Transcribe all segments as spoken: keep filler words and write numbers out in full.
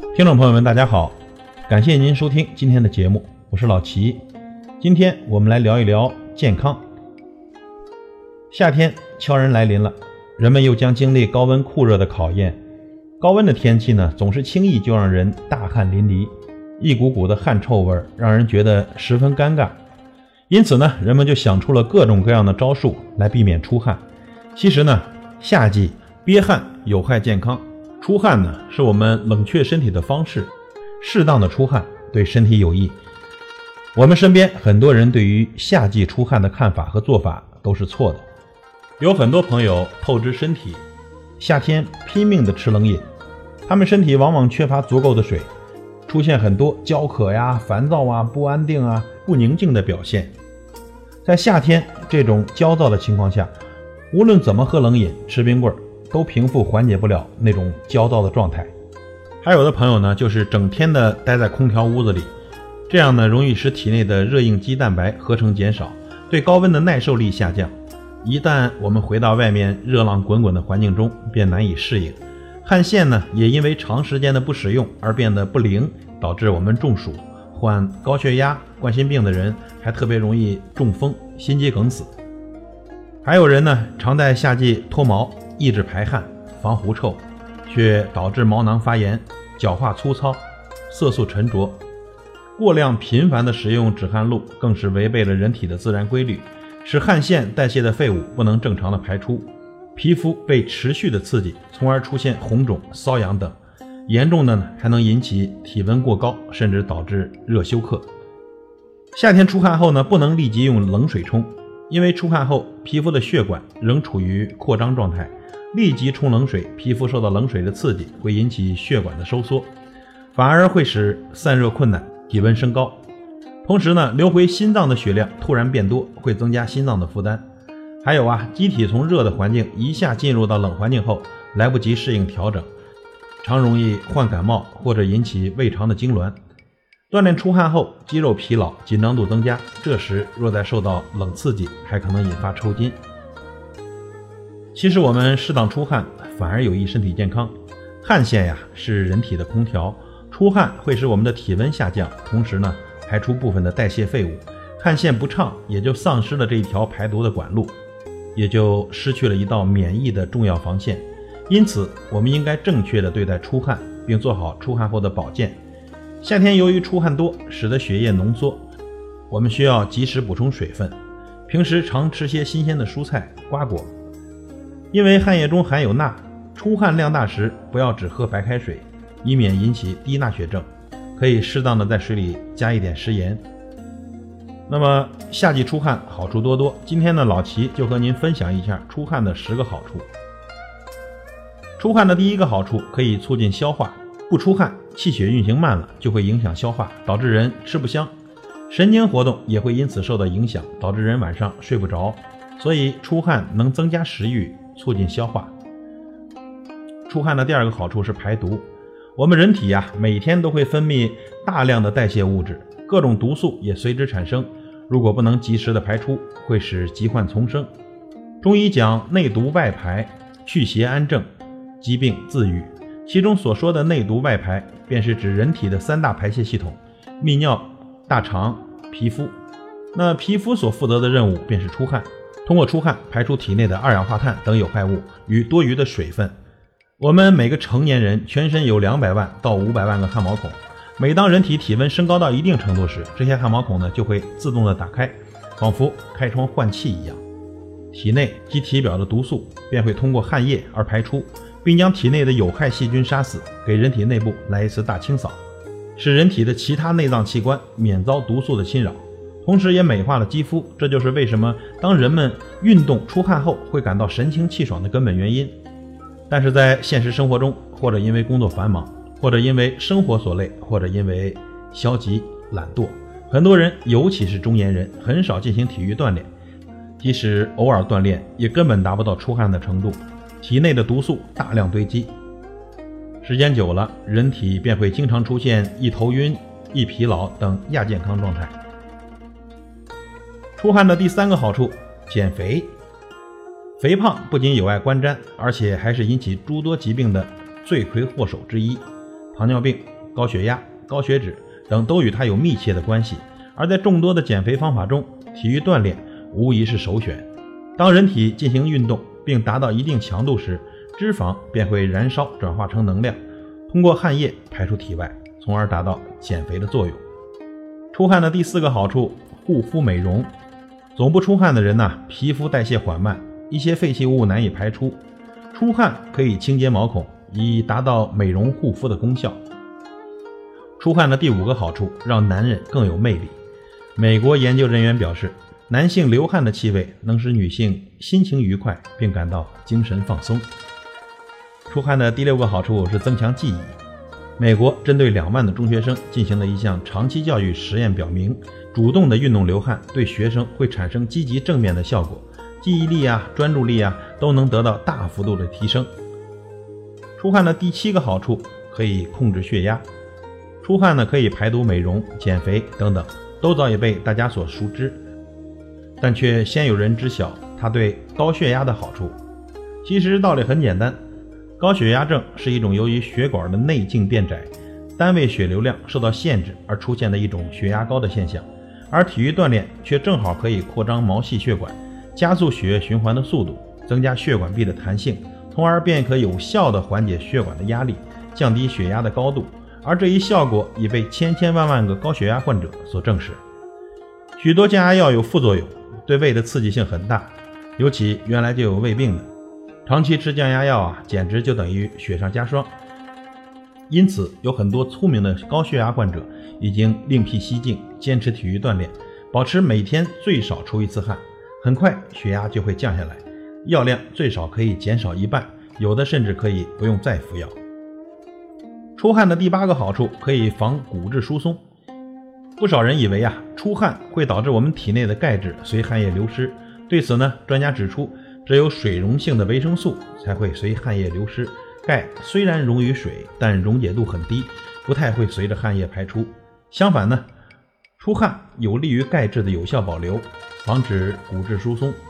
听众朋友们大家好，感谢您收听今天的节目，我是老齐。今天我们来聊一聊健康。夏天悄然来临了，人们又将经历高温酷热的考验。高温的天气呢，总是轻易就让人大汗淋漓，一股股的汗臭味让人觉得十分尴尬。因此呢，人们就想出了各种各样的招数来避免出汗。其实呢，夏季憋汗有害健康，出汗呢是我们冷却身体的方式，适当的出汗对身体有益。我们身边很多人对于夏季出汗的看法和做法都是错的。有很多朋友透支身体，夏天拼命的吃冷饮，他们身体往往缺乏足够的水，出现很多焦渴呀、烦躁啊、不安定啊、不宁静的表现。在夏天这种焦躁的情况下，无论怎么喝冷饮、吃冰棍，都平复缓解不了那种焦躁的状态。还有的朋友呢，就是整天的待在空调屋子里，这样呢，容易使体内的热应激蛋白合成减少，对高温的耐受力下降。一旦我们回到外面热浪滚滚的环境中，便难以适应。汗腺呢，也因为长时间的不使用而变得不灵，导致我们中暑。患高血压、冠心病的人还特别容易中风、心肌梗死。还有人呢，常在夏季脱毛，抑制排汗，防狐臭，却导致毛囊发炎、角化粗糙、色素沉着。过量频繁的使用止汗露，更是违背了人体的自然规律，使汗腺代谢的废物不能正常的排出，皮肤被持续的刺激，从而出现红肿、瘙痒等。严重的呢，还能引起体温过高，甚至导致热休克。夏天出汗后呢，不能立即用冷水冲，因为出汗后皮肤的血管仍处于扩张状态，立即冲冷水，皮肤受到冷水的刺激，会引起血管的收缩，反而会使散热困难，体温升高。同时呢，流回心脏的血量突然变多，会增加心脏的负担。还有啊，机体从热的环境一下进入到冷环境后，来不及适应调整，常容易患感冒或者引起胃肠的痉挛。锻炼出汗后，肌肉疲劳，紧张度增加，这时若再受到冷刺激，还可能引发抽筋。其实我们适当出汗反而有益身体健康。汗腺呀是人体的空调，出汗会使我们的体温下降，同时呢排出部分的代谢废物，汗腺不畅，也就丧失了这一条排毒的管路，也就失去了一道免疫的重要防线。因此我们应该正确的对待出汗，并做好出汗后的保健。夏天由于出汗多，使得血液浓缩，我们需要及时补充水分，平时常吃些新鲜的蔬菜、瓜果。因为汗液中含有钠，出汗量大时不要只喝白开水，以免引起低钠血症，可以适当的在水里加一点食盐。那么夏季出汗好处多多，今天呢，老齐就和您分享一下出汗的十个好处。出汗的第一个好处，可以促进消化。不出汗，气血运行慢了，就会影响消化，导致人吃不香，神经活动也会因此受到影响，导致人晚上睡不着。所以出汗能增加食欲，促进消化。出汗的第二个好处是排毒。我们人体呀、啊，每天都会分泌大量的代谢物质，各种毒素也随之产生，如果不能及时的排出，会使疾患丛生。中医讲内毒外排，祛邪安正，疾病自愈。其中所说的内毒外排，便是指人体的三大排泄系统：泌尿、大肠、皮肤。那皮肤所负责的任务便是出汗，通过出汗排出体内的二氧化碳等有害物与多余的水分。我们每个成年人全身有两百万到五百万个汗毛孔，每当人体体温升高到一定程度时，这些汗毛孔呢就会自动的打开，仿佛开窗换气一样，体内及体表的毒素便会通过汗液而排出，并将体内的有害细菌杀死，给人体内部来一次大清扫，使人体的其他内脏器官免遭毒素的侵扰，同时也美化了肌肤。这就是为什么当人们运动出汗后会感到神清气爽的根本原因。但是在现实生活中，或者因为工作繁忙，或者因为生活所累，或者因为消极懒惰，很多人尤其是中年人很少进行体育锻炼，即使偶尔锻炼也根本达不到出汗的程度，体内的毒素大量堆积，时间久了，人体便会经常出现易头晕、易疲劳等亚健康状态。出汗的第三个好处，减肥。肥胖不仅有碍观瞻，而且还是引起诸多疾病的罪魁祸首之一。糖尿病、 高血压、高血脂等都与它有密切的关系。而在众多的减肥方法中，体育锻炼无疑是首选。当人体进行运动并达到一定强度时，脂肪便会燃烧转化成能量，通过汗液排出体外，从而达到减肥的作用。出汗的第四个好处，护肤美容。总不出汗的人呢、啊，皮肤代谢缓慢，一些废弃物难以排出。出汗可以清洁毛孔，以达到美容护肤的功效。出汗的第五个好处，让男人更有魅力。美国研究人员表示，男性流汗的气味能使女性心情愉快，并感到精神放松。出汗的第六个好处是增强记忆。美国针对两万的中学生进行了一项长期教育实验，表明主动的运动流汗对学生会产生积极正面的效果，记忆力啊、专注力啊都能得到大幅度的提升。出汗的第七个好处，可以控制血压。出汗呢可以排毒、美容、减肥等等，都早已被大家所熟知，但却鲜有人知晓它对高血压的好处。其实道理很简单，高血压症是一种由于血管的内径变窄，单位血流量受到限制而出现的一种血压高的现象，而体育锻炼却正好可以扩张毛细血管，加速血液循环的速度，增加血管壁的弹性，从而便可有效地缓解血管的压力，降低血压的高度。而这一效果已被千千万万个高血压患者所证实。许多降压药有副作用，对胃的刺激性很大，尤其原来就有胃病的，长期吃降压药啊，简直就等于雪上加霜。因此有很多聪明的高血压患者已经另辟蹊径，坚持体育锻炼，保持每天最少出一次汗，很快血压就会降下来，药量最少可以减少一半，有的甚至可以不用再服药。出汗的第八个好处，可以防骨质疏松。不少人以为啊，出汗会导致我们体内的钙质随汗液流失，对此呢，专家指出，只有水溶性的维生素才会随汗液流失，钙虽然溶于水，但溶解度很低，不太会随着汗液排出。相反呢，出汗有利于钙质的有效保留，防止骨质疏松。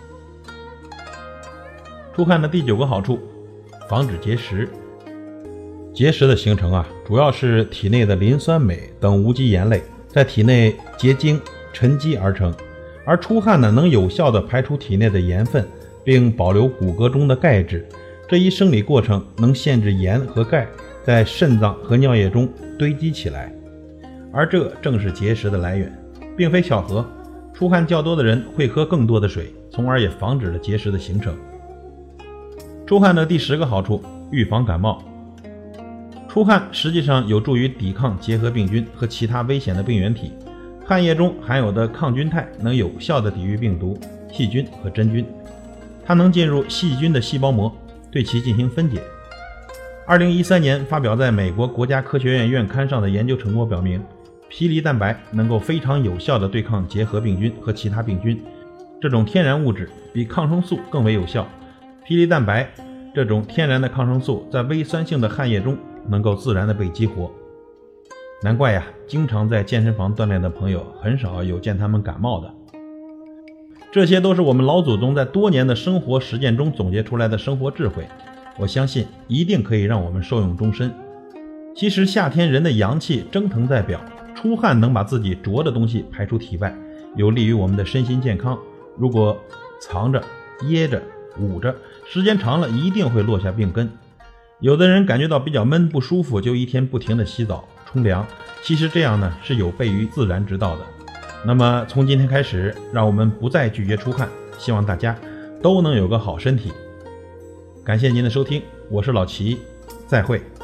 出汗的第九个好处，防止结石。结石的形成啊，主要是体内的磷酸镁等无机盐类在体内结晶沉积而成，而出汗呢，能有效地排出体内的盐分，并保留骨骼中的钙质。这一生理过程能限制盐和钙在肾脏和尿液中堆积起来，而这正是结石的来源。并非巧合，出汗较多的人会喝更多的水，从而也防止了结石的形成。出汗的第十个好处，预防感冒。出汗实际上有助于抵抗结核病菌和其他危险的病原体，汗液中含有的抗菌肽能有效地抵御病毒、细菌和真菌，它能进入细菌的细胞膜，对其进行分解。二零一三年发表在美国国家科学院院刊上的研究成果表明，皮梨蛋白能够非常有效地对抗结核病菌和其他病菌，这种天然物质比抗生素更为有效。皮梨蛋白这种天然的抗生素在微酸性的汗液中能够自然地被激活，难怪呀，经常在健身房锻炼的朋友很少有见他们感冒的。这些都是我们老祖宗在多年的生活实践中总结出来的生活智慧，我相信一定可以让我们受用终身。其实夏天人的阳气蒸腾在表，出汗能把自己浊的东西排出体外，有利于我们的身心健康。如果藏着、掖着、捂着，时间长了一定会落下病根。有的人感觉到比较闷不舒服，就一天不停地洗澡冲凉，其实这样呢是有悖于自然之道的。那么从今天开始，让我们不再拒绝出汗，希望大家都能有个好身体。感谢您的收听，我是老齐，再会。